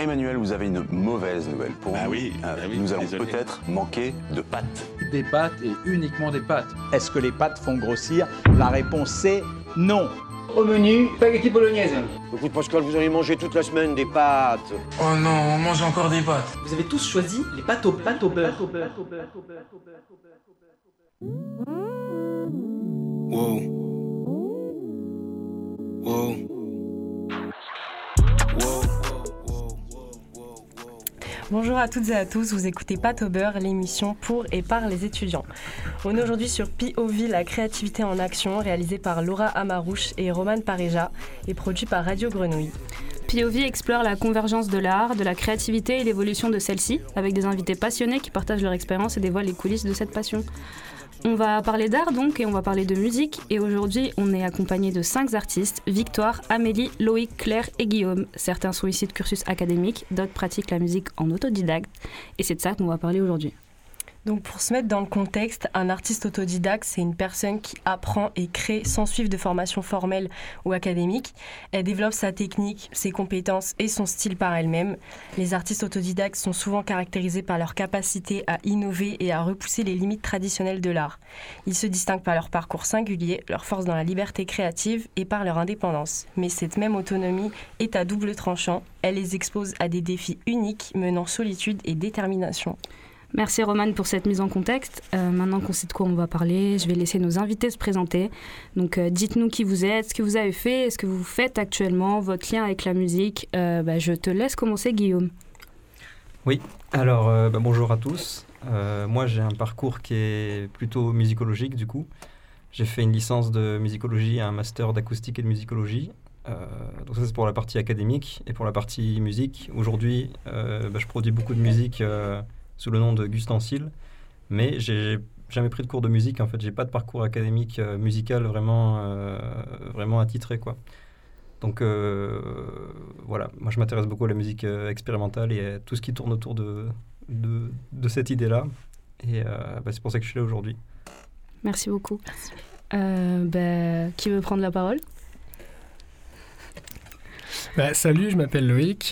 Emmanuel, vous avez une mauvaise nouvelle pour nous. Oui, nous allons désolé. peut-être manquer de pâtes. Des pâtes et uniquement des pâtes. Est-ce que les pâtes font grossir? La réponse c'est non. Au menu, spaghetti bolognaise. Écoute Pascal, vous allez manger toute la semaine des pâtes. Oh non, on mange encore des pâtes. Vous avez tous choisi les pâtes au beurre. Wow. Wow. Bonjour à toutes et à tous, vous écoutez Pâtes au beurre, l'émission pour et par les étudiants. On est aujourd'hui sur POV, la créativité en action, réalisée par Laura Amarouche et Romane Pareja et produit par Radio Grenouille. POV explore la convergence de l'art, de la créativité et l'évolution de celle-ci, avec des invités passionnés qui partagent leur expérience et dévoilent les coulisses de cette passion. On va parler d'art donc, et on va parler de musique, et aujourd'hui on est accompagné de 5 artistes, Victoire, Amélie, Loïc, Claire et Guillaume. Certains sont issus de cursus académiques, d'autres pratiquent la musique en autodidacte, et c'est de ça qu'on va parler aujourd'hui. Donc pour se mettre dans le contexte, un artiste autodidacte, c'est une personne qui apprend et crée sans suivre de formation formelle ou académique. Elle développe sa technique, ses compétences et son style par elle-même. Les artistes autodidactes sont souvent caractérisés par leur capacité à innover et à repousser les limites traditionnelles de l'art. Ils se distinguent par leur parcours singulier, leur force dans la liberté créative et par leur indépendance. Mais cette même autonomie est à double tranchant. Elle les expose à des défis uniques menant solitude et détermination. Merci Romane pour cette mise en contexte. Maintenant qu'on sait de quoi on va parler, je vais laisser nos invités se présenter. Donc dites-nous qui vous êtes, ce que vous avez fait, ce que vous faites actuellement, votre lien avec la musique. Je te laisse commencer Guillaume. Oui, alors bonjour à tous. Moi j'ai un parcours qui est plutôt musicologique du coup. J'ai fait une licence de musicologie et un master d'acoustique et de musicologie. Donc ça c'est pour la partie académique. Et pour la partie musique, aujourd'hui je produis beaucoup de musique sous le nom de Gustancile, mais j'ai jamais pris de cours de musique. En fait, j'ai pas de parcours académique musical vraiment attitré, quoi. Donc voilà, moi je m'intéresse beaucoup à la musique expérimentale et à tout ce qui tourne autour de cette idée-là. Et c'est pour ça que je suis là aujourd'hui. Merci beaucoup. Qui veut prendre la parole ? Salut, je m'appelle Loïc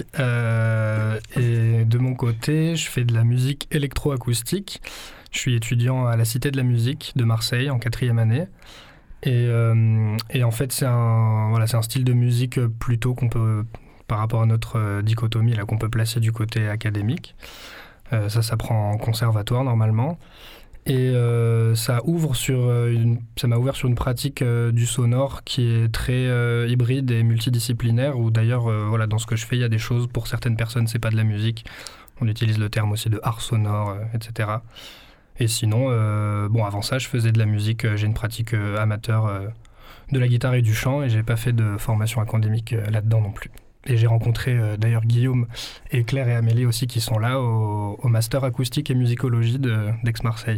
et de mon côté, je fais de la musique électroacoustique. Je suis étudiant à la Cité de la Musique de Marseille en 4e année. Et en fait, c'est un style de musique plutôt qu'on peut, par rapport à notre dichotomie, là, qu'on peut placer du côté académique. Ça s'apprend en conservatoire normalement. Et ça m'a ouvert sur une pratique du sonore qui est très hybride et multidisciplinaire, où d'ailleurs, dans ce que je fais, il y a des choses, pour certaines personnes, c'est pas de la musique. On utilise le terme aussi de art sonore, etc. Et sinon, avant ça, je faisais de la musique, j'ai une pratique amateur de la guitare et du chant, et j'ai pas fait de formation académique là-dedans non plus. Et j'ai rencontré d'ailleurs Guillaume et Claire et Amélie aussi qui sont là au master acoustique et musicologie d'Aix-Marseille.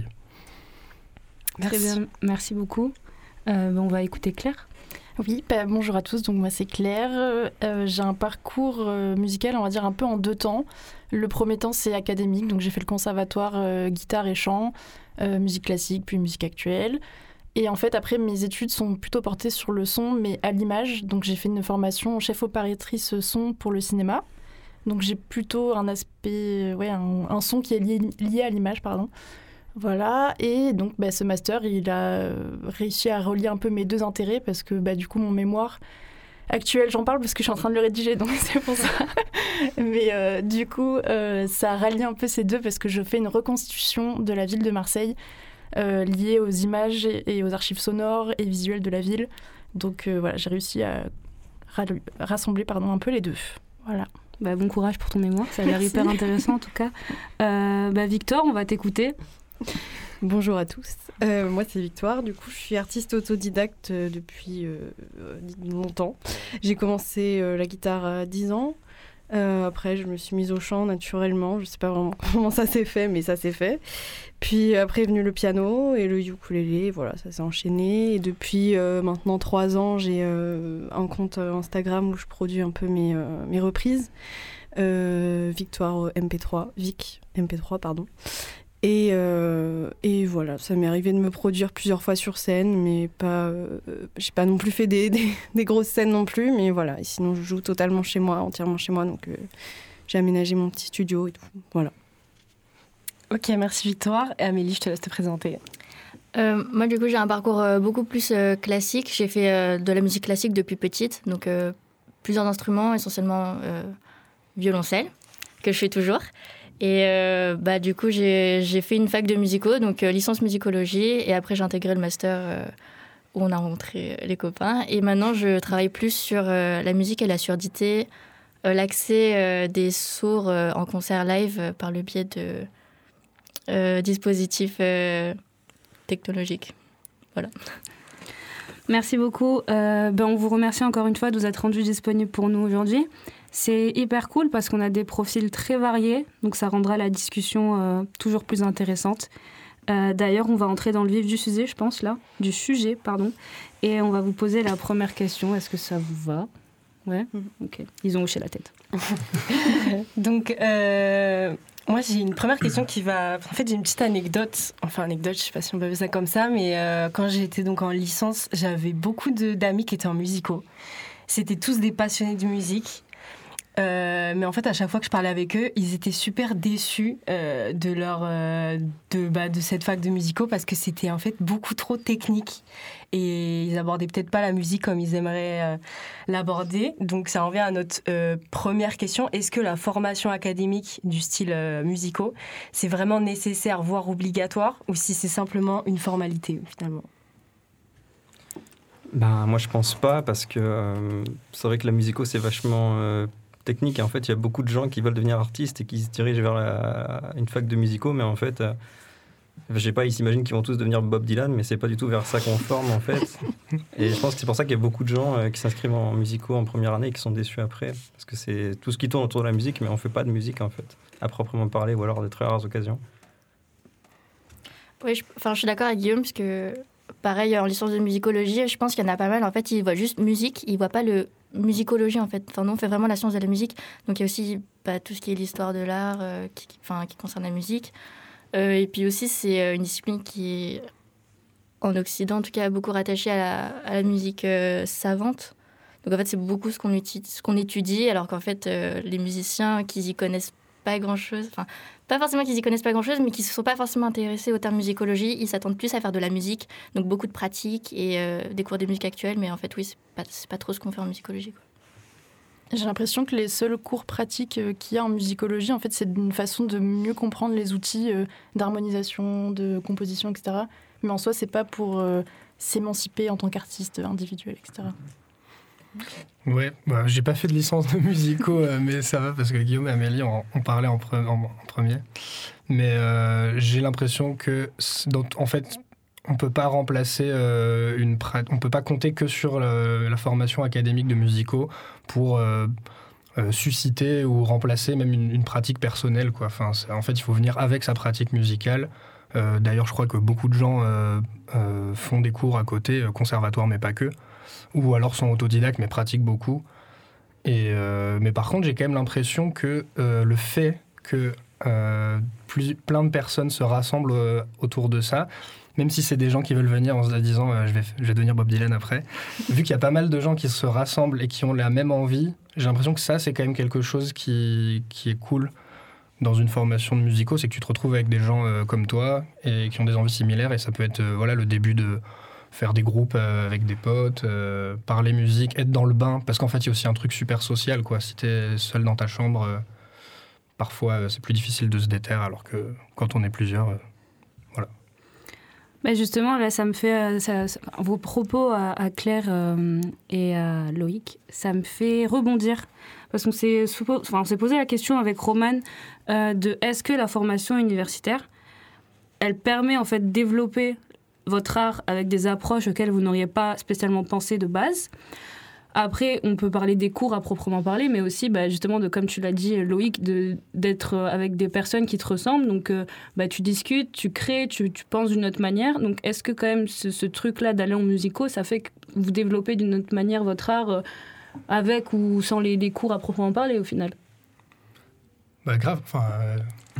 Très bien, merci beaucoup. On va écouter Claire. Oui, bonjour à tous, donc moi c'est Claire. J'ai un parcours musical, on va dire un peu en 2 temps. Le premier temps c'est académique, donc j'ai fait le conservatoire guitare et chant, musique classique puis musique actuelle. Et en fait après mes études sont plutôt portées sur le son mais à l'image, donc j'ai fait une formation chef opératrice son pour le cinéma. Donc j'ai plutôt un aspect, un son qui est lié à l'image, pardon. Voilà, et donc ce master, il a réussi à relier un peu mes 2 intérêts parce que du coup, mon mémoire actuel, j'en parle parce que je suis en train de le rédiger, donc c'est pour ça. Mais du coup, ça rallie un peu ces 2 parce que je fais une reconstitution de la ville de Marseille liée aux images et aux archives sonores et visuelles de la ville. Donc j'ai réussi à rassembler un peu les 2. Voilà. Bon courage pour ton mémoire, ça a l'air hyper intéressant en tout cas. Victor, on va t'écouter. Bonjour à tous, moi c'est Victoire, du coup je suis artiste autodidacte depuis longtemps. J'ai commencé la guitare à 10 ans, après je me suis mise au chant naturellement, je sais pas vraiment comment ça s'est fait mais ça s'est fait. Puis après est venu le piano et le ukulélé, voilà ça s'est enchaîné et depuis maintenant 3 ans j'ai un compte Instagram où je produis un peu mes reprises, Victoire MP3, Vic MP3 pardon. Et voilà, ça m'est arrivé de me produire plusieurs fois sur scène, mais pas, j'ai pas non plus fait des grosses scènes non plus, mais voilà. Et sinon, je joue totalement chez moi, entièrement chez moi, donc j'ai aménagé mon petit studio et tout. Voilà. Ok, merci Victoire. Et Amélie, je te laisse te présenter. Moi, du coup, j'ai un parcours beaucoup plus classique. J'ai fait de la musique classique depuis petite, donc plusieurs instruments, essentiellement violoncelle, que je fais toujours. Et du coup, j'ai fait une fac de musicaux, donc licence musicologie, et après j'ai intégré le master où on a rencontré les copains. Et maintenant, je travaille plus sur la musique et la surdité, l'accès des sourds en concert live par le biais de dispositifs technologiques. Voilà. Merci beaucoup. On vous remercie encore une fois de vous être rendu disponible pour nous aujourd'hui. C'est hyper cool parce qu'on a des profils très variés, donc ça rendra la discussion toujours plus intéressante. D'ailleurs, on va entrer dans le vif du sujet, je pense, là. Du sujet, pardon. Et on va vous poser la première question. Est-ce que ça vous va ? Ouais ? Ok. Ils ont hoché la tête. Donc, moi, j'ai une première question qui va... En fait, j'ai une petite anecdote. Enfin, anecdote, je sais pas si on peut appeler ça comme ça, mais quand j'étais donc en licence, j'avais beaucoup d'amis qui étaient en musicaux. C'était tous des passionnés de musique. Mais en fait, à chaque fois que je parlais avec eux, ils étaient super déçus de cette fac de musicaux parce que c'était en fait beaucoup trop technique et ils abordaient peut-être pas la musique comme ils aimeraient l'aborder. Donc ça en vient à notre première question. Est-ce que la formation académique du style musicaux, c'est vraiment nécessaire, voire obligatoire, ou si c'est simplement une formalité finalement ? Moi je pense pas parce que c'est vrai que la musico c'est vachement technique et en fait il y a beaucoup de gens qui veulent devenir artistes et qui se dirigent vers une fac de musicaux, mais en fait je sais pas, ils s'imaginent qu'ils vont tous devenir Bob Dylan, mais c'est pas du tout vers ça qu'on forme en fait. Et je pense que c'est pour ça qu'il y a beaucoup de gens qui s'inscrivent en musicaux en première année et qui sont déçus après, parce que c'est tout ce qui tourne autour de la musique, mais on fait pas de musique en fait à proprement parler, ou alors de très rares occasions. Oui, je suis d'accord avec Guillaume, parce que pareil, en licence de musicologie, je pense qu'il y en a pas mal. En fait, ils voient juste musique, ils voient pas le musicologie, en fait. Enfin, nous, on fait vraiment la science de la musique. Donc, il y a aussi tout ce qui est l'histoire de l'art qui concerne la musique. Et puis aussi, c'est une discipline qui est, en Occident, en tout cas, beaucoup rattachée à la musique savante. Donc, en fait, c'est beaucoup ce qu'on étudie, alors qu'en fait, les musiciens qui y connaissent pas grand-chose, enfin, pas forcément qu'ils y connaissent pas grand-chose, mais qui se sont pas forcément intéressés au terme musicologie, ils s'attendent plus à faire de la musique, donc beaucoup de pratiques et des cours de musique actuelle, mais en fait, oui, c'est pas trop ce qu'on fait en musicologie, quoi. J'ai l'impression que les seuls cours pratiques qu'il y a en musicologie, en fait, c'est une façon de mieux comprendre les outils d'harmonisation, de composition, etc. Mais en soi, c'est pas pour s'émanciper en tant qu'artiste individuel, etc. Ouais, j'ai pas fait de licence de musicaux, mais ça va parce que Guillaume et Amélie en parlaient en premier. Mais j'ai l'impression que, en fait, on peut pas remplacer on peut pas compter que sur la formation académique de musicaux pour susciter ou remplacer même une pratique personnelle, quoi. Enfin, en fait, il faut venir avec sa pratique musicale. D'ailleurs, je crois que beaucoup de gens font des cours à côté, conservatoire, mais pas que. Ou alors sont autodidactes mais pratiquent beaucoup. Mais par contre, j'ai quand même l'impression que le fait que plein de personnes se rassemblent autour de ça, même si c'est des gens qui veulent venir en se disant je vais devenir Bob Dylan après, vu qu'il y a pas mal de gens qui se rassemblent et qui ont la même envie, j'ai l'impression que ça, c'est quand même quelque chose qui est cool dans une formation de musicaux, c'est que tu te retrouves avec des gens comme toi et qui ont des envies similaires, et ça peut être le début de faire des groupes avec des potes, parler musique, être dans le bain, parce qu'en fait, il y a aussi un truc super social, quoi. Si t'es seul dans ta chambre, parfois, c'est plus difficile de se déterre, alors que quand on est plusieurs, voilà. Justement, là, ça me fait... vos propos à Claire et à Loïc, ça me fait rebondir. Parce qu'on s'est posé la question avec Romane de est-ce que la formation universitaire, elle permet en fait de développer votre art avec des approches auxquelles vous n'auriez pas spécialement pensé de base. Après, on peut parler des cours à proprement parler, mais aussi, justement, comme tu l'as dit, Loïc, d'être avec des personnes qui te ressemblent. Donc, tu discutes, tu crées, tu penses d'une autre manière. Donc, est-ce que quand même ce truc-là d'aller en musicaux, ça fait que vous développez d'une autre manière votre art avec ou sans les cours à proprement parler, au final ? Grave,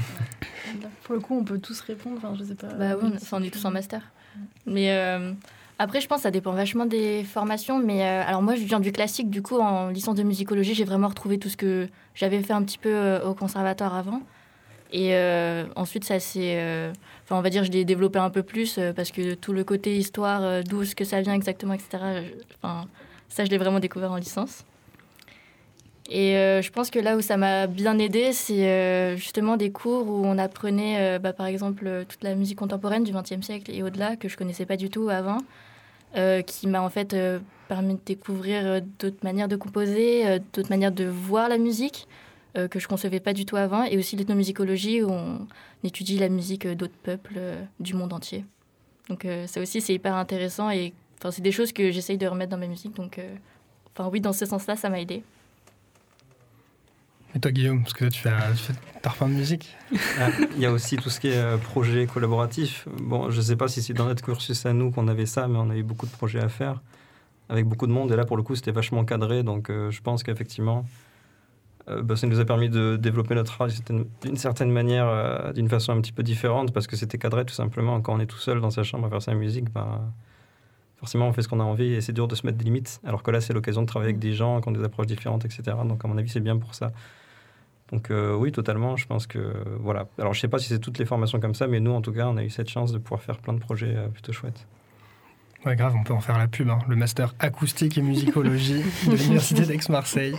Pour le coup, on peut tous répondre, je sais pas. Oui, on est tous en master. Mais Après, je pense que ça dépend vachement des formations. Mais alors moi, je viens du classique. Du coup, en licence de musicologie, j'ai vraiment retrouvé tout ce que j'avais fait un petit peu au conservatoire avant. Et ensuite, ça s'est... on va dire, je l'ai développé un peu plus parce que tout le côté histoire, d'où ce que ça vient exactement, etc. Ça, je l'ai vraiment découvert en licence. Et je pense que là où ça m'a bien aidée, c'est justement des cours où on apprenait, par exemple, toute la musique contemporaine du XXe siècle et au-delà, que je ne connaissais pas du tout avant, qui m'a en fait permis de découvrir d'autres manières de composer, d'autres manières de voir la musique, que je ne concevais pas du tout avant, et aussi l'ethnomusicologie, où on étudie la musique d'autres peuples du monde entier. Donc ça aussi, c'est hyper intéressant, et c'est des choses que j'essaye de remettre dans ma musique. Donc oui, dans ce sens-là, ça m'a aidée. Et toi, Guillaume, parce que tu fais ta refrain de musique. Il y a aussi tout ce qui est projet collaboratif. Bon, je ne sais pas si c'est dans notre cursus à nous qu'on avait ça, mais on a eu beaucoup de projets à faire avec beaucoup de monde. Et là, pour le coup, c'était vachement cadré. Donc, je pense qu'effectivement, ça nous a permis de développer notre art d'une certaine manière, d'une façon un petit peu différente, parce que c'était cadré tout simplement. Quand on est tout seul dans sa chambre à faire sa musique, forcément, on fait ce qu'on a envie et c'est dur de se mettre des limites. Alors que là, c'est l'occasion de travailler avec des gens qui ont des approches différentes, etc. Donc, à mon avis, c'est bien pour ça. Donc, oui, totalement. Je pense que, voilà. Alors, je ne sais pas si c'est toutes les formations comme ça, mais nous, en tout cas, on a eu cette chance de pouvoir faire plein de projets plutôt chouettes. Ouais, grave, on peut en faire la pub. Le master acoustique et musicologie de l'Université d'Aix-Marseille.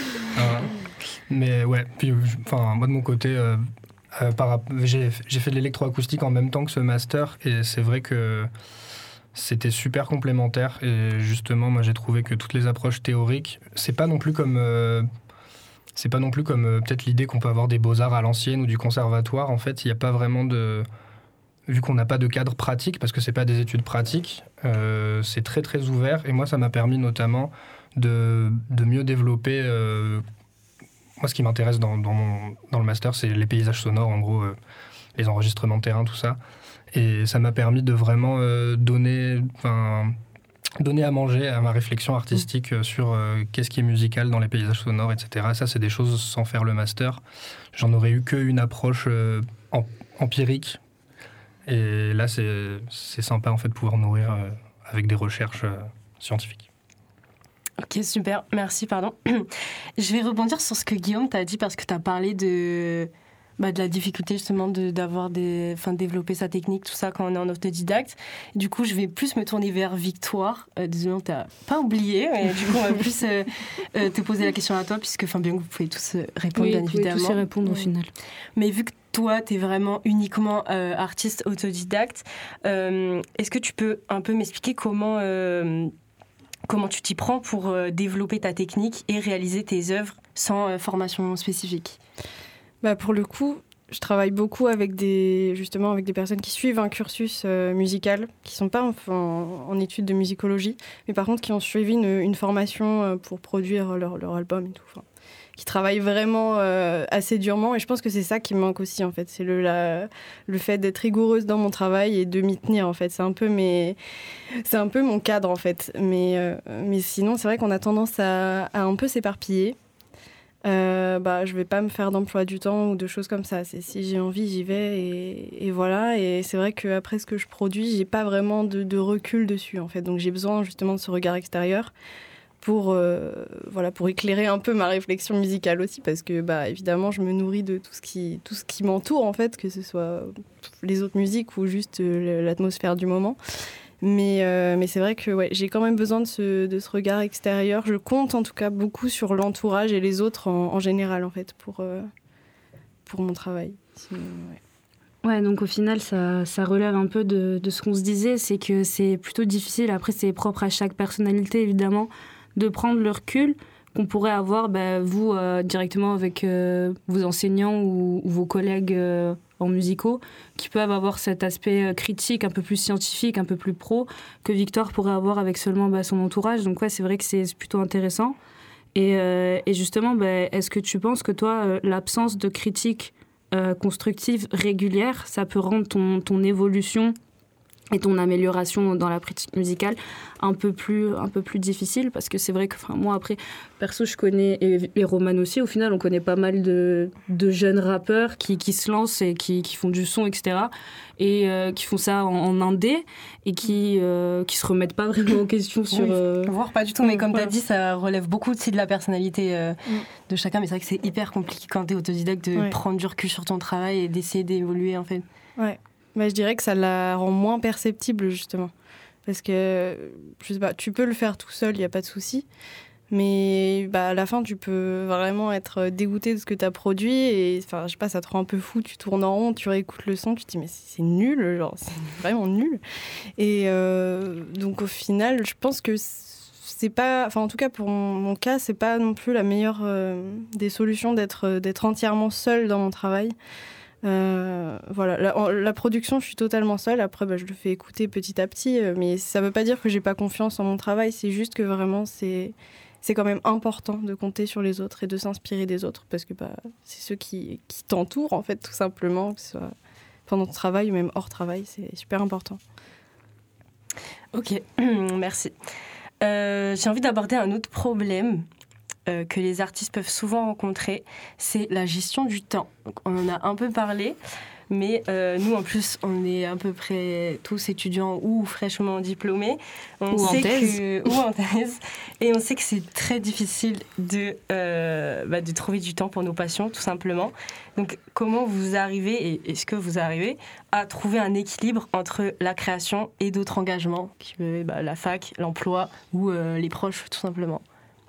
Mais ouais, puis, moi, de mon côté, j'ai fait de l'électroacoustique en même temps que ce master. Et c'est vrai que c'était super complémentaire. Et justement, moi, j'ai trouvé que toutes les approches théoriques, c'est pas non plus comme peut-être l'idée qu'on peut avoir des beaux-arts à l'ancienne ou du conservatoire. En fait, il n'y a pas vraiment de... Vu qu'on n'a pas de cadre pratique, parce que ce n'est pas des études pratiques, c'est très, très ouvert. Et moi, ça m'a permis notamment de mieux développer... Moi, ce qui m'intéresse dans le master, c'est les paysages sonores, en gros, les enregistrements de terrain, tout ça. Et ça m'a permis de vraiment donner à manger à ma réflexion artistique sur qu'est-ce qui est musical dans les paysages sonores, etc. Ça, c'est des choses sans faire le master. J'en aurais eu qu'une approche empirique. Et là, c'est sympa, en fait, de pouvoir nourrir avec des recherches scientifiques. Ok, super. Merci, pardon. Je vais rebondir sur ce que Guillaume t'a dit, parce que tu as parlé de la difficulté justement de développer sa technique, tout ça, quand on est en autodidacte. Du coup, je vais plus me tourner vers Victoire. Désolée, on t'a pas oublié, mais du coup, on va plus te poser la question à toi, puisque bien que vous pouvez tous répondre, bien évidemment. Oui, tous y répondre au final. Mais vu que toi, tu es vraiment uniquement artiste autodidacte, est-ce que tu peux un peu m'expliquer comment tu t'y prends pour développer ta technique et réaliser tes œuvres sans formation spécifique ? Pour le coup, je travaille beaucoup avec des personnes qui suivent un cursus musical, qui ne sont pas en études de musicologie, mais par contre qui ont suivi une formation pour produire leur album et tout. Qui travaillent vraiment assez durement, et je pense que c'est ça qui me manque aussi, en fait. C'est le fait d'être rigoureuse dans mon travail et de m'y tenir, en fait. C'est un peu mon cadre, en fait. Mais sinon, c'est vrai qu'on a tendance à un peu s'éparpiller. Je vais pas me faire d'emploi du temps ou de choses comme ça. C'est, si j'ai envie, j'y vais et voilà. Et c'est vrai qu'après ce que je produis, j'ai pas vraiment de recul dessus, en fait. Donc j'ai besoin justement de ce regard extérieur pour éclairer un peu ma réflexion musicale aussi, parce que évidemment je me nourris de tout ce qui m'entoure, en fait, que ce soit les autres musiques ou juste l'atmosphère du moment. Mais c'est vrai que j'ai quand même besoin de ce regard extérieur. Je compte en tout cas beaucoup sur l'entourage et les autres en général, en fait, pour mon travail. Sinon, Ouais, donc au final, ça relève un peu de ce qu'on se disait, c'est que c'est plutôt difficile, après c'est propre à chaque personnalité évidemment, de prendre le recul qu'on pourrait avoir, vous, directement avec vos enseignants ou vos collègues en musicaux, qui peuvent avoir cet aspect critique, un peu plus scientifique, un peu plus pro, que Victoire pourrait avoir avec seulement son entourage. Donc ouais, c'est vrai que c'est plutôt intéressant. Et justement, est-ce que tu penses que toi, l'absence de critique constructive régulière, ça peut rendre ton évolution et ton amélioration dans la pratique musicale un peu plus difficile, parce que c'est vrai que moi après perso je connais, et Roman aussi, au final on connaît pas mal de jeunes rappeurs qui se lancent et qui font du son, etc., et qui font ça en indé et qui se remettent pas vraiment en question sur... Voire pas du tout, mais comme tu as dit, ça relève beaucoup aussi de la personnalité de chacun, mais c'est vrai que c'est hyper compliqué quand tu es autodidacte de prendre du recul sur ton travail et d'essayer d'évoluer en fait. Ouais. Bah, je dirais que ça la rend moins perceptible, justement. Parce que, je sais pas, tu peux le faire tout seul, il n'y a pas de souci. Mais à la fin, tu peux vraiment être dégoûté de ce que tu as produit. Et je sais pas, ça te rend un peu fou. Tu tournes en rond, tu réécoutes le son, tu te dis, mais c'est nul, genre, c'est vraiment nul. Et donc, au final, je pense que c'est pas... Enfin, en tout cas, pour mon cas, c'est pas non plus la meilleure des solutions d'être entièrement seule dans mon travail. Voilà, la production, je suis totalement seule. Après, je le fais écouter petit à petit, mais ça veut pas dire que j'ai pas confiance en mon travail. C'est juste que vraiment, c'est quand même important de compter sur les autres et de s'inspirer des autres, parce que c'est ceux qui t'entourent, en fait, tout simplement, que ce soit pendant ton travail ou même hors travail. C'est super important. Ok, merci. J'ai envie d'aborder un autre problème que les artistes peuvent souvent rencontrer, c'est la gestion du temps. Donc, on en a un peu parlé, mais nous, en plus, on est à peu près tous étudiants ou fraîchement diplômés. Ou en thèse. Et on sait que c'est très difficile de trouver du temps pour nos passions, tout simplement. Donc, comment vous arrivez, et est-ce que vous arrivez, à trouver un équilibre entre la création et d'autres engagements, la fac, l'emploi ou les proches, tout simplement?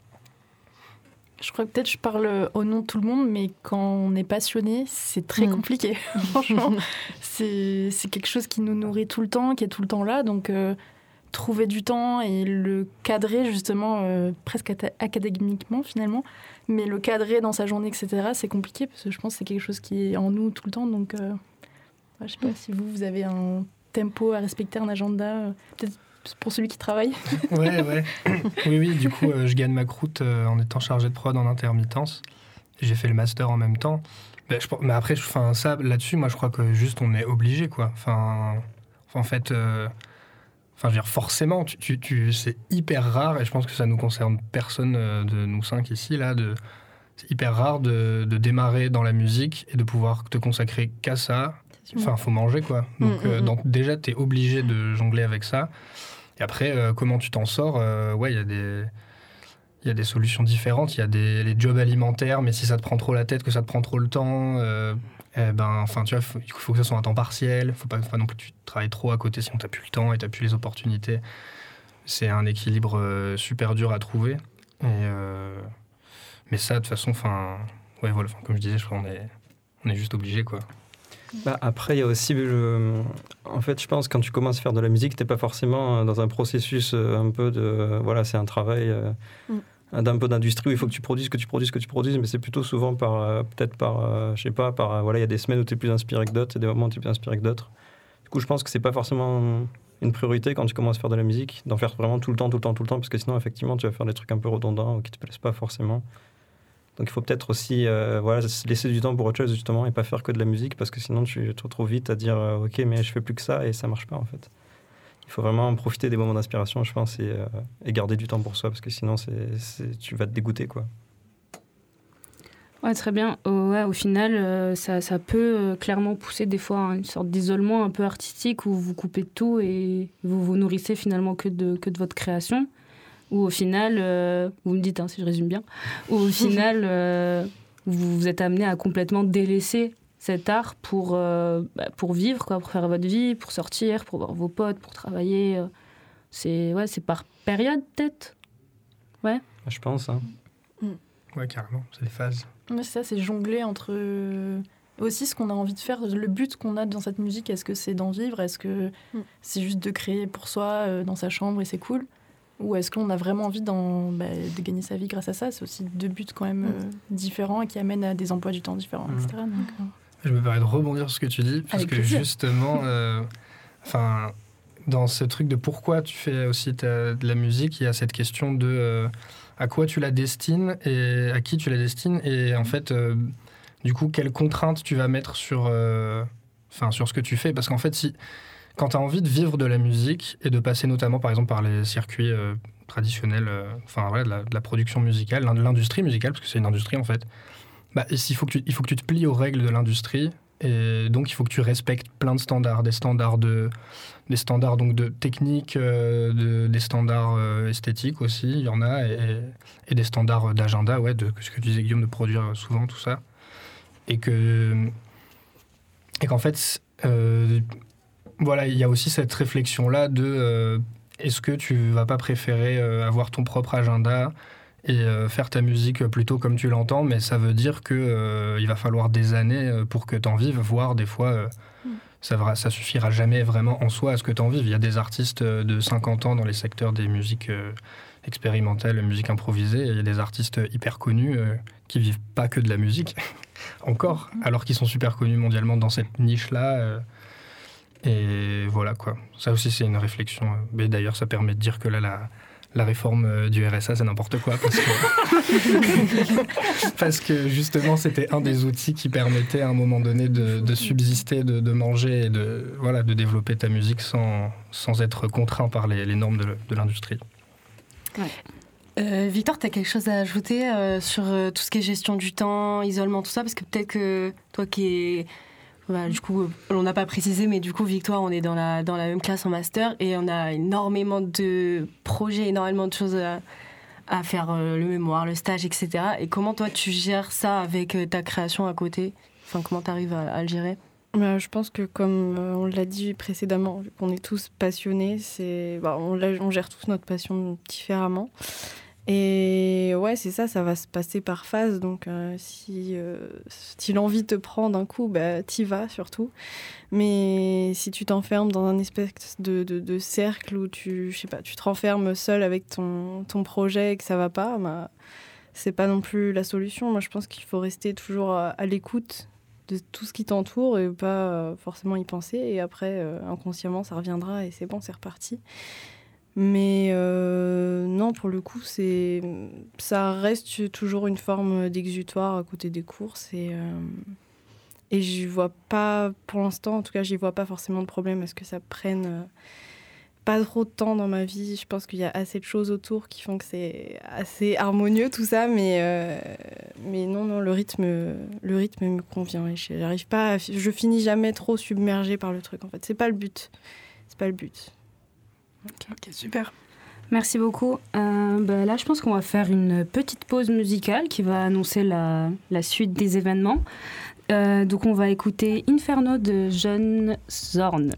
Je crois que peut-être je parle au nom de tout le monde, mais quand on est passionné, c'est très compliqué. Franchement, c'est quelque chose qui nous nourrit tout le temps, qui est tout le temps là. Donc, trouver du temps et le cadrer, justement, presque académiquement, finalement. Mais le cadrer dans sa journée, etc., c'est compliqué, parce que je pense que c'est quelque chose qui est en nous tout le temps. Donc, je sais pas si vous avez un tempo à respecter, un agenda, peut-être pour celui qui travaille. Ouais. Oui, du coup, je gagne ma croûte en étant chargé de prod en intermittence. J'ai fait le master en même temps. Mais après, là-dessus, moi, je crois que juste on est obligé, quoi. En fait, je veux dire, forcément, c'est hyper rare, et je pense que ça nous concerne personne de nous 5 ici, là, c'est hyper rare de démarrer dans la musique et de pouvoir te consacrer qu'à ça. Enfin, faut manger, quoi. Donc, déjà, t'es obligé de jongler avec ça. Et après, comment tu t'en sors? Il y a des solutions différentes. Il y a les jobs alimentaires, mais si ça te prend trop la tête, que ça te prend trop le temps, tu vois, il faut que ça soit un temps partiel. Faut pas non plus que tu travailles trop à côté, sinon t'as plus le temps et t'as plus les opportunités. C'est un équilibre super dur à trouver. Mais ça, de toute façon, voilà, comme je disais, je crois qu'on est juste obligé, quoi. Après, il y a aussi, en fait, je pense que quand tu commences à faire de la musique, t'es pas forcément dans un processus un peu de... Voilà, c'est un travail d'un peu d'industrie où il faut que tu produises, mais c'est plutôt souvent je sais pas, voilà, il y a des semaines où t'es plus inspiré que d'autres, et des moments où t'es plus inspiré que d'autres. Du coup, je pense que c'est pas forcément une priorité quand tu commences à faire de la musique, d'en faire vraiment tout le temps, parce que sinon, effectivement, tu vas faire des trucs un peu redondants ou qui te plaisent pas forcément. Donc il faut peut-être aussi se laisser du temps pour autre chose, justement, et pas faire que de la musique, parce que sinon tu te retrouves vite à dire ok, mais je fais plus que ça, et ça marche pas, en fait. Il faut vraiment profiter des moments d'inspiration, je pense, et garder du temps pour soi, parce que sinon tu vas te dégoûter, quoi. Ouais, très bien. Au final, ça peut clairement pousser des fois à une sorte d'isolement un peu artistique, où vous coupez de tout et vous vous nourrissez finalement que de votre création. Ou au final, vous me dites si je résume bien, ou au final, vous êtes amené à complètement délaisser cet art pour vivre, quoi, pour faire votre vie, pour sortir, pour voir vos potes, pour travailler. C'est par période, peut-être. Ouais. Je pense. Ouais, carrément, c'est des phases. Mais c'est ça, c'est jongler entre aussi ce qu'on a envie de faire, le but qu'on a dans cette musique. Est-ce que c'est d'en vivre? Est-ce que c'est juste de créer pour soi dans sa chambre et c'est cool? Ou est-ce qu'on a vraiment envie de gagner sa vie grâce à ça? C'est aussi deux buts quand même différents et qui amènent à des emplois du temps différents, etc. Donc, Je me permets de rebondir sur ce que tu dis, parce que justement, dans ce truc de pourquoi tu fais aussi de la musique, il y a cette question de à quoi tu la destines et à qui tu la destines, et en fait, du coup, quelles contraintes tu vas mettre sur ce que tu fais. Parce qu'en fait, quand tu as envie de vivre de la musique et de passer notamment par exemple par les circuits traditionnels, de la production musicale, de l'industrie musicale, parce que c'est une industrie en fait, il faut que tu te plies aux règles de l'industrie. Et donc, il faut que tu respectes plein de standards, des standards donc de technique, des standards esthétiques aussi, il y en a, et des standards d'agenda, ce que tu disais Guillaume, de produire souvent tout ça. Et qu'en fait, il y a aussi cette réflexion-là de est-ce que tu vas pas préférer avoir ton propre agenda et faire ta musique plutôt comme tu l'entends, mais ça veut dire que il va falloir des années pour que t'en vives, voire des fois ça suffira jamais vraiment en soi à ce que t'en vives. Il y a des artistes de 50 ans dans les secteurs des musiques expérimentales, musique improvisée, et il y a des artistes hyper connus qui vivent pas que de la musique encore, alors qu'ils sont super connus mondialement dans cette niche-là. Et voilà quoi. Ça aussi c'est une réflexion. Mais d'ailleurs ça permet de dire que là la réforme du RSA, c'est n'importe quoi, parce que justement, c'était un des outils qui permettait à un moment donné de subsister, de manger et de développer ta musique sans être contraint par les normes de l'industrie. Ouais. Victor, tu as quelque chose à ajouter sur tout ce qui est gestion du temps, isolement, tout ça, parce que peut-être que toi qui es... du coup, on n'a pas précisé, mais du coup, Victoire, on est dans la même classe en master et on a énormément de projets, énormément de choses à faire, le mémoire, le stage, etc. Et comment toi, tu gères ça avec ta création à côté ? Enfin, comment tu arrives à le gérer ? Je pense que comme on l'a dit précédemment, vu qu'on est tous passionnés, on gère tous notre passion différemment. Et ouais, c'est ça va se passer par phase. Donc, si l'envie te prend d'un coup, t'y vas surtout. Mais si tu t'enfermes dans un espèce de cercle où tu te renfermes seul avec ton projet et que ça va pas, c'est pas non plus la solution. Moi, je pense qu'il faut rester toujours à l'écoute de tout ce qui t'entoure et pas forcément y penser. Et après, inconsciemment, ça reviendra et c'est bon, c'est reparti. Mais non, pour le coup, ça reste toujours une forme d'exutoire à côté des courses. Et j'y vois pas, pour l'instant, en tout cas, j'y vois pas forcément de problème à ce que ça prenne pas trop de temps dans ma vie. Je pense qu'il y a assez de choses autour qui font que c'est assez harmonieux tout ça. Mais non, le rythme me convient. Et je finis jamais trop submergée par le truc, en fait. C'est pas le but. Ok, super. Merci beaucoup. Là, je pense qu'on va faire une petite pause musicale qui va annoncer la suite des événements. Donc, on va écouter Inferno de John Zorn.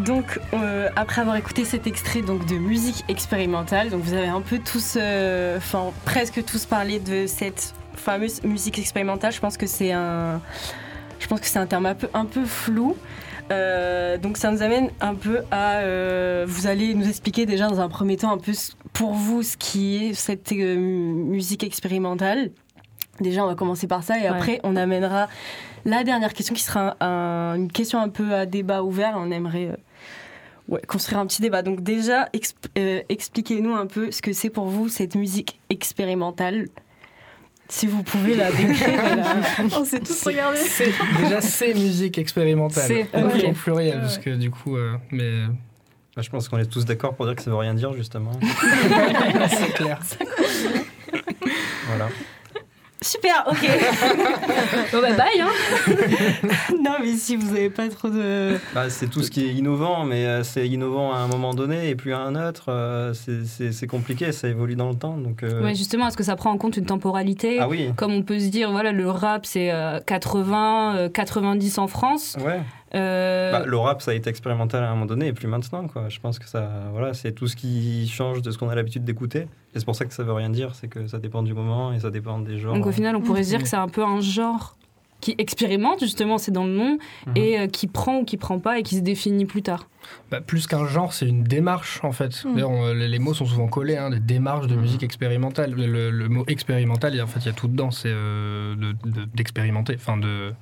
Donc, après avoir écouté cet extrait donc, de musique expérimentale, donc vous avez un peu tous, presque tous parlé de cette fameuse musique expérimentale. Je pense que c'est un terme un peu flou. Donc ça nous amène un peu à... vous allez nous expliquer déjà dans un premier temps un peu pour vous ce qui est cette musique expérimentale. Déjà, on va commencer par ça et après, on amènera la dernière question qui sera une question un peu à débat ouvert. On aimerait construire un petit débat. Donc déjà, expliquez-nous un peu ce que c'est pour vous cette musique expérimentale. Si vous pouvez la décrire. On s'est tous regardés. Déjà, c'est musique expérimentale. C'est au pluriel, parce que du coup... Je pense qu'on est tous d'accord pour dire que ça veut rien dire, justement. C'est clair. Voilà. Super, ok. Bon bah bye hein. Non mais si vous n'avez pas trop de... c'est tout ce qui est innovant, mais c'est innovant à un moment donné et puis à un autre. C'est compliqué, ça évolue dans le temps. Donc, Ouais, justement, est-ce que ça prend en compte une temporalité ? Ah oui. Comme on peut se dire, voilà, le rap c'est 80, 90 en France. Ouais. Le rap, ça a été expérimental à un moment donné et plus maintenant, quoi. Je pense que c'est tout ce qui change de ce qu'on a l'habitude d'écouter. Et c'est pour ça que ça veut rien dire, c'est que ça dépend du moment et ça dépend des genres. Donc au final, on pourrait se dire que c'est un peu un genre qui expérimente, justement, c'est dans le nom, et qui prend ou qui prend pas et qui se définit plus tard. Plus qu'un genre, c'est une démarche, en fait. D'ailleurs, les mots sont souvent collés, hein, des démarches de musique expérimentale. Le mot expérimental, en fait, il y a tout dedans, c'est d'expérimenter, enfin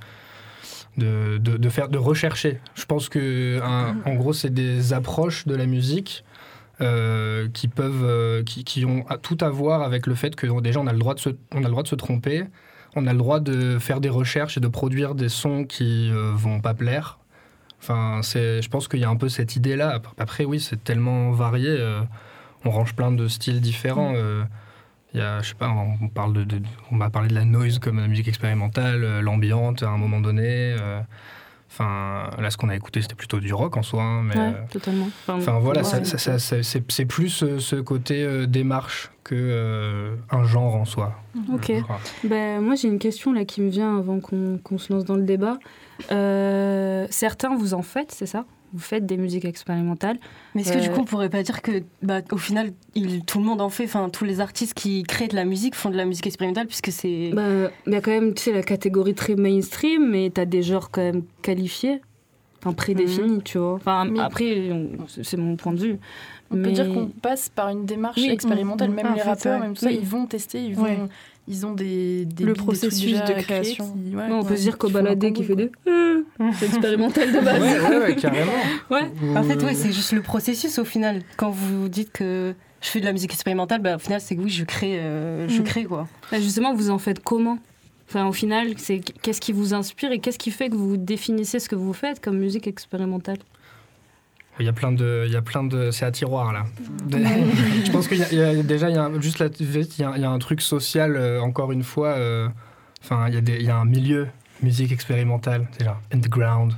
de rechercher. Je pense que en gros c'est des approches de la musique qui ont tout à voir avec le fait que déjà on a le droit de se tromper, on a le droit de faire des recherches et de produire des sons qui vont pas plaire. Enfin, je pense qu'il y a un peu cette idée là. Après oui, c'est tellement varié, on range plein de styles différents. Il y a, je sais pas, on m'a parlé de la noise comme la musique expérimentale, l'ambiante à un moment donné. Là, ce qu'on a écouté, c'était plutôt du rock en soi. Hein, mais, totalement. Voilà, c'est plus ce côté démarche que un genre en soi. Ok. Moi, j'ai une question là qui me vient avant qu'on se lance dans le débat. Certains, vous en faites, c'est ça ? Vous faites des musiques expérimentales. Mais est-ce que du coup on pourrait pas dire que au final tout le monde en fait, enfin tous les artistes qui créent de la musique font de la musique expérimentale puisque c'est... Il y a quand même, tu sais, la catégorie très mainstream, mais t'as des genres quand même qualifiés, prédéfinis, tu vois. Après, c'est mon point de vue. On peut dire qu'on passe par une démarche expérimentale, même les rappeurs, même tout ça, ils vont tester, ils ont le processus de création. On peut se dire qu'au baladé qui fait des... c'est expérimental de base. Ouais, carrément. En fait, c'est juste le processus au final. Quand vous dites que je fais de la musique expérimentale, au final, c'est que oui, je crée quoi. Justement, vous en faites comment ? Au final, qu'est-ce qui vous inspire et qu'est-ce qui fait que vous définissez ce que vous faites comme musique expérimentale ? Il y a plein de, c'est à tiroir là. Je pense qu'il y a un truc social encore une fois. Il y a un milieu musique expérimentale, c'est genre underground.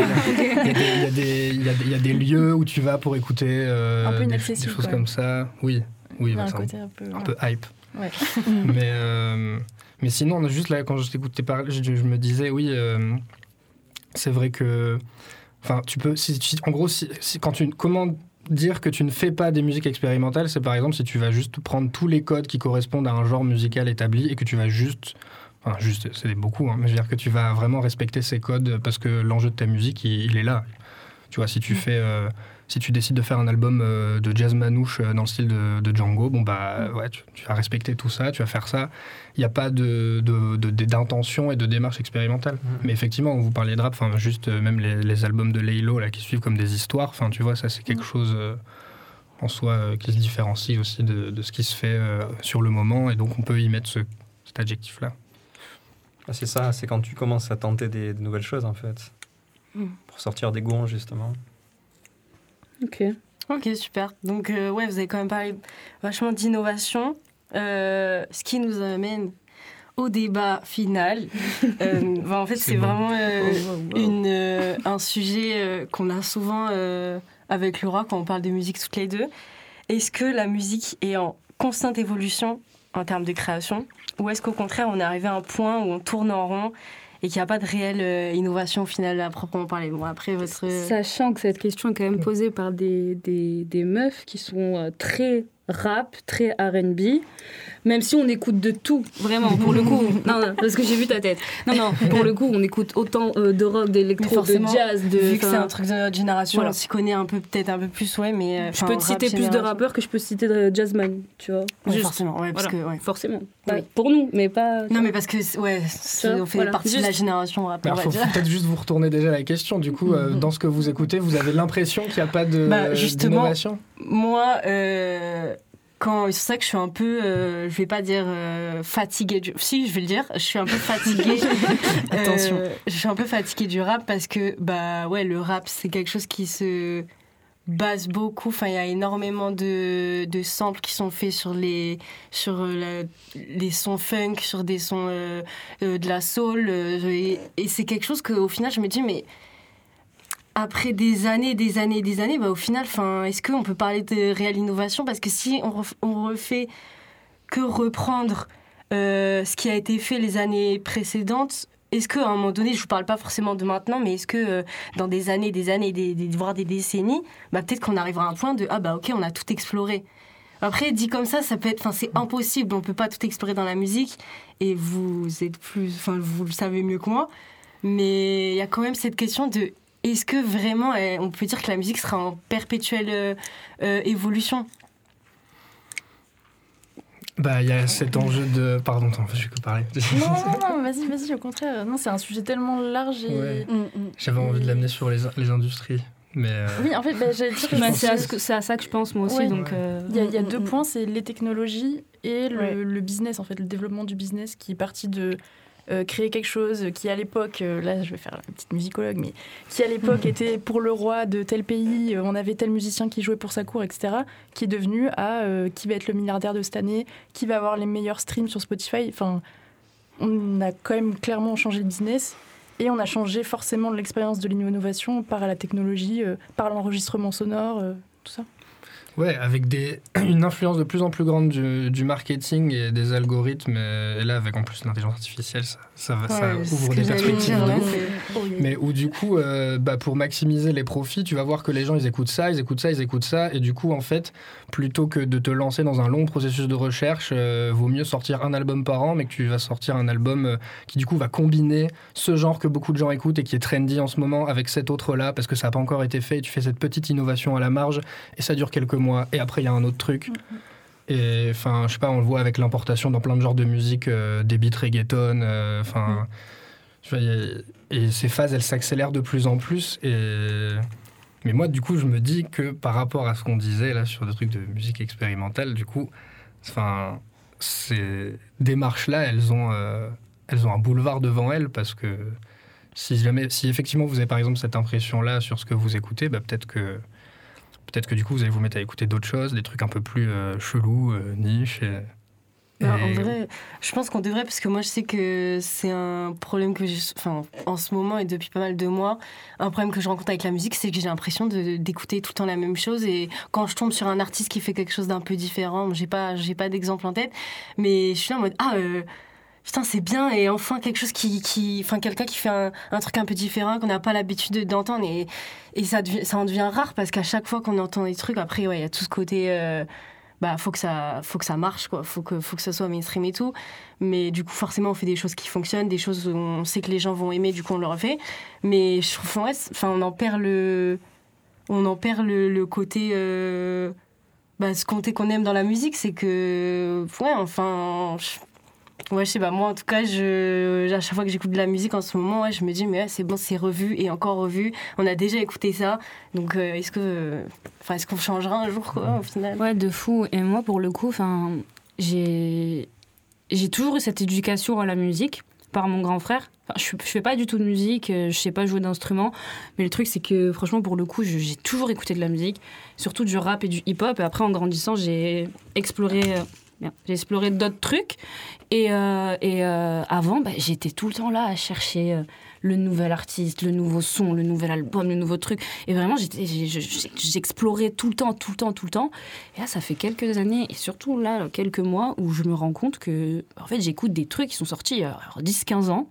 Il y a des lieux où tu vas pour écouter des choses comme ça. Oui, c'est un peu hype. Ouais. Mais sinon, juste là, quand je t'écoutais parler, je me disais c'est vrai que. Tu peux, en gros, comment dire que tu ne fais pas des musiques expérimentales, c'est par exemple si tu vas juste prendre tous les codes qui correspondent à un genre musical établi et que tu vas c'est beaucoup, hein, mais je veux dire que tu vas vraiment respecter ces codes parce que l'enjeu de ta musique, il est là. Tu vois, si tu décides de faire un album de jazz manouche dans le style de Django, tu vas respecter tout ça, tu vas faire ça. Il n'y a pas d'intention et de démarche expérimentale. Mais effectivement, vous parliez de rap, même les albums de Laylo là, qui suivent comme des histoires, tu vois, ça c'est quelque chose en soi qui se différencie aussi de ce qui se fait sur le moment, et donc on peut y mettre cet adjectif-là. C'est ça, c'est quand tu commences à tenter des nouvelles choses en fait, pour sortir des gonds justement. Ok, super. Donc, vous avez quand même parlé vachement d'innovation, ce qui nous amène au débat final. En fait, c'est vraiment un sujet qu'on a souvent avec Laura quand on parle de musique toutes les deux. Est-ce que la musique est en constante évolution en termes de création, ou est-ce qu'au contraire, on est arrivé à un point où on tourne en rond et qu'il n'y a pas de réelle innovation au final à proprement parler. Bon, après, Sachant que cette question est quand même posée par des meufs qui sont très rap, très R&B, même si on écoute de tout, vraiment, pour le coup. Non, parce que j'ai vu ta tête. Non, pour le coup, on écoute autant de rock, d'électro, de jazz, vu que c'est un truc de notre génération, on s'y connaît peut-être un peu plus, ouais, mais... Je peux te citer plus de rappeurs que je peux citer de jazzman, tu vois. Ouais, forcément, ouais, parce que... Ouais. Forcément. Oui. Pour nous, mais pas... Non, mais parce que, ouais, on fait partie de la génération rappeur. Il faut peut-être juste vous retourner déjà la question. Du coup, dans ce que vous écoutez, vous avez l'impression qu'il n'y a pas d'innovation ? Moi, c'est ça que je suis un peu, je vais pas dire fatiguée si, je vais le dire, je suis un peu fatiguée. Attention. Je suis un peu fatiguée du rap parce que, le rap, c'est quelque chose qui se base beaucoup. Enfin, il y a énormément de samples qui sont faits sur les sons funk, sur des sons de la soul. Et c'est quelque chose qu'au final, je me dis, mais... Après des années, au final, est-ce qu'on peut parler de réelle innovation ? Parce que si on refait que reprendre ce qui a été fait les années précédentes, est-ce qu'à un moment donné, je ne vous parle pas forcément de maintenant, mais est-ce que dans des années, voire des décennies, peut-être qu'on arrivera à un point de « Ah ok, on a tout exploré ». Après, dit comme ça peut être... c'est impossible, on ne peut pas tout explorer dans la musique, et vous le savez mieux que moi, mais il y a quand même cette question de... Est-ce que vraiment, on peut dire que la musique sera en perpétuelle évolution ? Il y a cet enjeu de... Pardon, je vais que parler. Non, vas-y, au contraire. Non, c'est un sujet tellement large et... Ouais. J'avais envie de l'amener sur les industries. Mais Oui, en fait, j'allais dire... c'est à ça que je pense, moi aussi. Ouais. Donc, il y a 2 points, c'est les technologies et le business, en fait, le développement du business qui est parti de... créer quelque chose qui à l'époque, là je vais faire une petite musicologue, mais qui à l'époque était pour le roi de tel pays, on avait tel musicien qui jouait pour sa cour, etc., qui est devenu qui va être le milliardaire de cette année, qui va avoir les meilleurs streams sur Spotify. Enfin, on a quand même clairement changé le business et on a changé forcément l'expérience de l'innovation par la technologie, par l'enregistrement sonore, tout ça. Ouais, avec une influence de plus en plus grande du marketing et des algorithmes. Et là, avec en plus l'intelligence artificielle, ça ouvre des perspectives de ouf. Mais où du coup, pour maximiser les profits, tu vas voir que les gens, ils écoutent ça. Et du coup, en fait, plutôt que de te lancer dans un long processus de recherche, vaut mieux sortir un album par an, mais que tu vas sortir un album qui du coup va combiner ce genre que beaucoup de gens écoutent et qui est trendy en ce moment avec cet autre-là, parce que ça n'a pas encore été fait. Et tu fais cette petite innovation à la marge et ça dure quelques mois. Et après, il y a un autre truc. Et enfin, je sais pas, on le voit avec l'importation dans plein de genres de musique, des beats reggaeton. Et ces phases, elles s'accélèrent de plus en plus. Mais moi, du coup, je me dis que par rapport à ce qu'on disait là sur des trucs de musique expérimentale, du coup, ces démarches-là, elles ont un boulevard devant elles, parce que si effectivement vous avez par exemple cette impression-là sur ce que vous écoutez, peut-être que du coup vous allez vous mettre à écouter d'autres choses, des trucs un peu plus chelous, niches. En vrai, je pense qu'on devrait, parce que moi je sais que c'est un problème que en ce moment et depuis pas mal de mois, un problème que je rencontre avec la musique, c'est que j'ai l'impression d'écouter tout le temps la même chose, et quand je tombe sur un artiste qui fait quelque chose d'un peu différent, j'ai pas d'exemple en tête, mais je suis là en mode putain, c'est bien, et enfin quelque chose quelqu'un qui fait un truc un peu différent qu'on n'a pas l'habitude d'entendre, et ça en devient rare, parce qu'à chaque fois qu'on entend des trucs, après il y a tout ce côté faut que ça marche, quoi. Faut que ça soit mainstream et tout, mais du coup forcément on fait des choses qui fonctionnent, des choses où on sait que les gens vont aimer, du coup on le refait, mais je trouve on en perd le côté ce côté qu'on aime dans la musique, c'est que je sais pas, moi en tout cas, à chaque fois que j'écoute de la musique en ce moment, je me dis mais c'est bon, c'est revu et encore revu, on a déjà écouté ça, donc est-ce qu'on changera un jour, quoi, au final? Ouais, de fou. Et moi pour le coup, j'ai toujours eu cette éducation à la musique par mon grand frère. Je fais pas du tout de musique, je sais pas jouer d'instrument, mais le truc c'est que franchement pour le coup j'ai toujours écouté de la musique, surtout du rap et du hip-hop, et après en grandissant j'ai exploré d'autres trucs, et avant j'étais tout le temps là à chercher le nouvel artiste, le nouveau son, le nouvel album, le nouveau truc, et vraiment j'explorais tout le temps, et là ça fait quelques années, et surtout là quelques mois, où je me rends compte que en fait j'écoute des trucs qui sont sortis il y a 10-15 ans,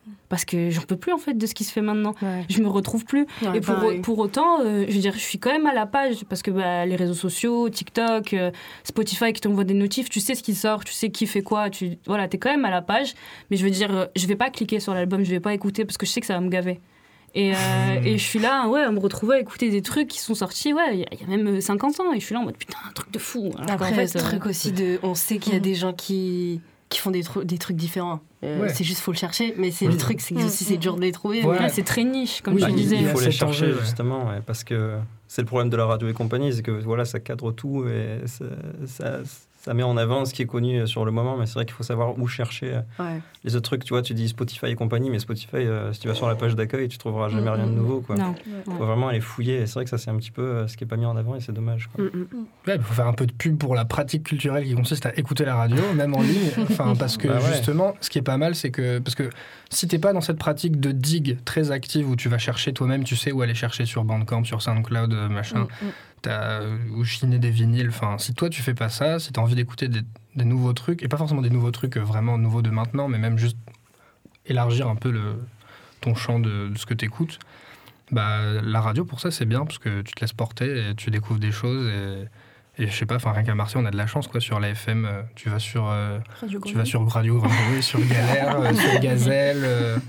parce que j'en peux plus en fait de ce qui se fait maintenant. Je me retrouve plus. Et pour autant, je veux dire, je suis quand même à la page parce que les réseaux sociaux, TikTok, Spotify qui t'envoie des notifs, tu sais ce qui sort, tu sais qui fait quoi, t'es quand même à la page. Mais je veux dire, je vais pas cliquer sur l'album, je vais pas écouter parce que je sais que ça va me gaver. Et je suis là, à me retrouver à écouter des trucs qui sont sortis, il y a même 50 ans. Et je suis là en mode, putain, un truc de fou. Après, fait, le truc aussi on sait qu'il y a des gens qui font des trucs différents. C'est juste, faut le chercher. Mais le truc, c'est que aussi, c'est dur de les trouver. Ouais. C'est très niche, comme tu disais. Il faut les chercher, justement, parce que c'est le problème de la radio et compagnie, c'est que ça cadre tout et ça met en avant ce qui est connu sur le moment, mais c'est vrai qu'il faut savoir où chercher les autres trucs. Tu vois, tu dis Spotify et compagnie, mais Spotify, si tu vas sur la page d'accueil, tu trouveras jamais rien de nouveau. Il faut vraiment aller fouiller. Et c'est vrai que ça, c'est un petit peu ce qui n'est pas mis en avant et c'est dommage. Il faut faire un peu de pub pour la pratique culturelle qui consiste à écouter la radio, même en ligne. Parce que justement, ce qui est pas mal, c'est que si tu n'es pas dans cette pratique de dig très active où tu vas chercher toi-même, tu sais où aller chercher sur Bandcamp, sur SoundCloud, machin. Ou chiner des vinyles, si toi tu fais pas ça, si tu as envie d'écouter des nouveaux trucs, et pas forcément des nouveaux trucs vraiment nouveaux de maintenant, mais même juste élargir un peu ton champ de ce que tu écoutes, la radio pour ça c'est bien, parce que tu te laisses porter et tu découvres des choses, et je sais pas, rien qu'à Marseille on a de la chance sur la FM, tu vas sur Radio Grenouille, sur Galère, sur Gazelle,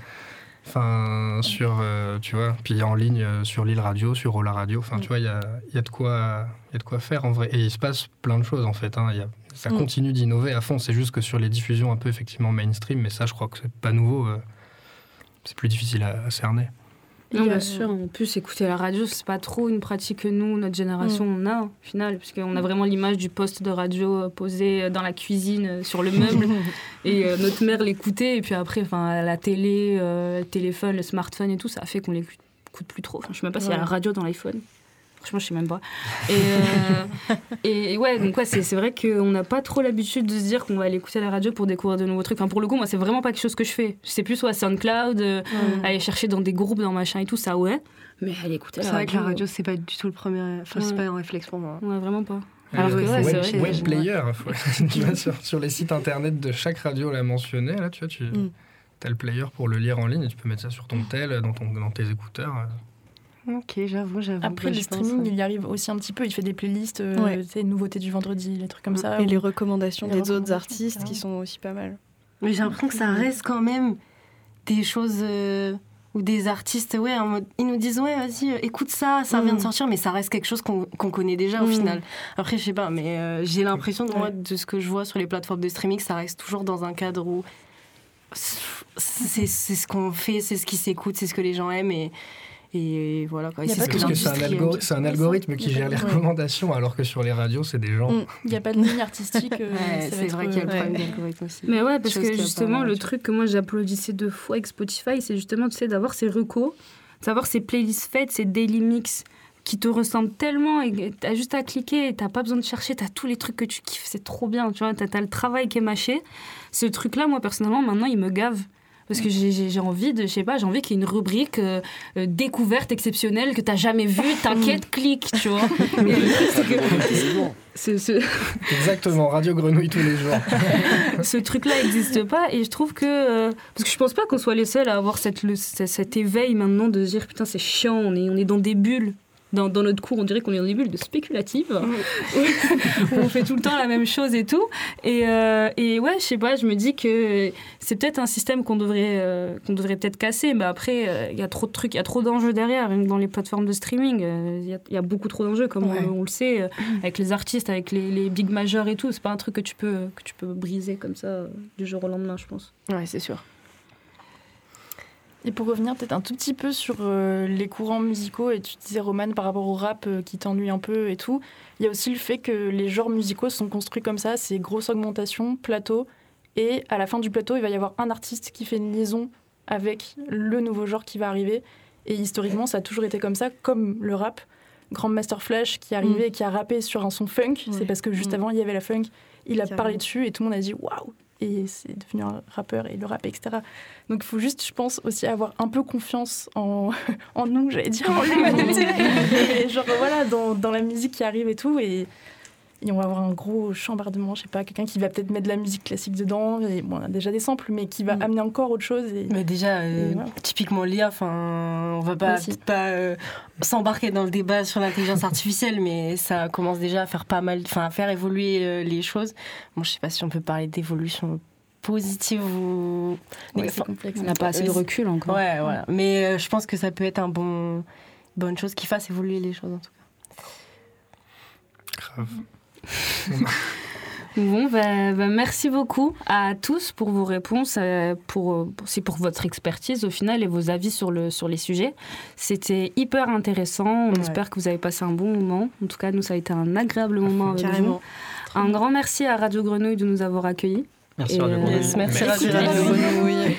tu vois, puis en ligne sur Lille Radio, sur Rola Radio, tu vois, il y a de quoi faire en vrai. Et il se passe plein de choses en fait. Ça continue d'innover à fond. C'est juste que sur les diffusions un peu effectivement mainstream, mais ça, je crois que c'est pas nouveau. C'est plus difficile à cerner. Non, bien sûr. En plus, écouter la radio, c'est pas trop une pratique que nous, notre génération, on a, au final. Parce qu'on a vraiment l'image du poste de radio posé dans la cuisine, sur le meuble. Et notre mère l'écoutait. Et puis après, la télé, le téléphone, le smartphone et tout, ça a fait qu'on l'écoute plus trop. Je sais même pas s'il y a la radio dans l'iPhone. Franchement, je sais même pas. Donc c'est vrai qu'on n'a pas trop l'habitude de se dire qu'on va aller écouter la radio pour découvrir de nouveaux trucs. Pour le coup, moi, c'est vraiment pas quelque chose que je fais. C'est plus SoundCloud, aller chercher dans des groupes, dans machin et tout, ça, mais aller écouter la radio. C'est vrai que la radio, c'est pas du tout le premier. C'est pas un réflexe pour moi. Ouais, vraiment pas. Alors que web player, tu vas sur les sites internet de chaque radio l'a mentionné, là, tu vois, t'as le player pour le lire en ligne et tu peux mettre ça sur ton tel, dans tes écouteurs. Ok, j'avoue. Après, le streaming, il y arrive aussi un petit peu. Il fait des playlists, des nouveautés du vendredi, les trucs comme ça. Et les recommandations des autres artistes qui sont aussi pas mal. Mais j'ai l'impression que ça reste quand même des choses ou des artistes, en mode, ils nous disent, vas-y, écoute ça vient de sortir, mais ça reste quelque chose qu'on connaît déjà au final. Après, je sais pas, mais j'ai l'impression, moi, de ce que je vois sur les plateformes de streaming, ça reste toujours dans un cadre où c'est ce qu'on fait, c'est ce qui s'écoute, c'est ce que les gens aiment et voilà quoi. Parce que c'est un algorithme qui gère les recommandations, alors que sur les radios, c'est des gens. Il n'y a pas de ligne artistique. C'est vrai qu'il y a le problème d'algorithme aussi. Mais parce que justement, le truc que moi j'applaudissais 2 fois avec Spotify, c'est justement, tu sais, d'avoir ces recos, d'avoir ces playlists faites, ces daily mix qui te ressemblent tellement et t'as juste à cliquer et t'as pas besoin de chercher, t'as tous les trucs que tu kiffes, c'est trop bien, tu vois, t'as le travail qui est mâché. Ce truc-là, moi personnellement, maintenant, il me gave. Parce que j'ai envie de, j'ai envie qu'il y ait une rubrique découverte exceptionnelle que t'as jamais vue, t'inquiète, clique, tu vois. Et le truc, c'est que Exactement, Radio Grenouille tous les jours. Ce truc-là n'existe pas et je trouve que... parce que je pense pas qu'on soit les seuls à avoir cet éveil maintenant de se dire putain c'est chiant, on est dans des bulles. Dans notre cours, on dirait qu'on est dans des bulles de spéculatives, où on fait tout le temps la même chose et tout. Et je sais pas, je me dis que c'est peut-être un système qu'on devrait peut-être casser. Mais après, il y a trop de trucs, il y a trop d'enjeux derrière. Même dans les plateformes de streaming, il y a beaucoup trop d'enjeux, comme on le sait, avec les artistes, avec les big majors et tout. C'est pas un truc que tu peux briser comme ça du jour au lendemain, je pense. Ouais, c'est sûr. Et pour revenir peut-être un tout petit peu sur les courants musicaux, et tu disais, Romane, par rapport au rap qui t'ennuie un peu et tout, il y a aussi le fait que les genres musicaux sont construits comme ça, c'est grosse augmentation, plateau, et à la fin du plateau, il va y avoir un artiste qui fait une liaison avec le nouveau genre qui va arriver. Et historiquement, ça a toujours été comme ça, comme le rap. Grandmaster Flash qui est arrivé et qui a rappé sur un son funk, c'est parce que juste avant, il y avait la funk, il a parlé dessus et tout le monde a dit « waouh !» et c'est devenu un rappeur et le rap, etc. Donc il faut juste, je pense, aussi avoir un peu confiance en nous, j'allais dire, en l'humanité. Et genre voilà, dans la musique qui arrive et tout. Et et on va avoir un gros chambardement, je sais pas, quelqu'un qui va peut-être mettre de la musique classique dedans, et bon, on a déjà des samples, mais qui va amener encore autre chose. Mais déjà, typiquement l'IA, on va pas s'embarquer dans le débat sur l'intelligence artificielle, mais ça commence déjà à faire à faire évoluer les choses. Bon, je sais pas si on peut parler d'évolution positive ou... c'est complexe. On n'a pas assez de recul encore. Ouais, voilà. Mais je pense que ça peut être bonne chose qui fasse évoluer les choses, en tout cas. Grave. Bon, merci beaucoup à tous pour vos réponses, pour votre expertise au final et vos avis sur les sujets. C'était hyper intéressant. On espère que vous avez passé un bon moment. En tout cas, nous, ça a été un agréable moment avec vous. Un grand merci à Radio Grenouille de nous avoir accueillis. Merci Radio Grenouille. Merci Radio Grenouille.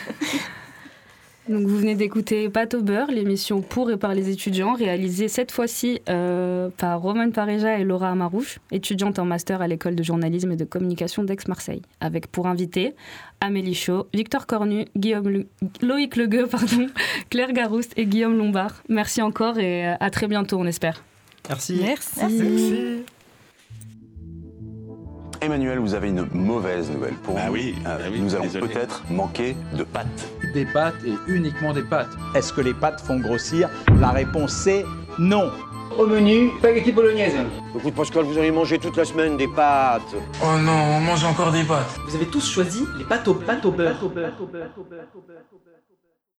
Donc vous venez d'écouter Pâte au beurre, l'émission pour et par les étudiants, réalisée cette fois-ci par Romain Pareja et Laura Amarouche, étudiantes en master à l'école de journalisme et de communication d'Aix-Marseille, avec pour invités Amélie Chaud, Victor Cornu, Loïc Legueux, Claire Garouste et Guillaume Lombard. Merci encore et à très bientôt, on espère. Merci. Merci. Emmanuel, vous avez une mauvaise nouvelle pour nous. Oui. Nous allons peut-être manquer de pâtes. Des pâtes et uniquement des pâtes. Est-ce que les pâtes font grossir? La réponse c'est non. Au menu, spaghetti bolognaise. Écoute Pascal, vous auriez mangé toute la semaine des pâtes. Oh non, on mange encore des pâtes. Vous avez tous choisi les pâtes au beurre.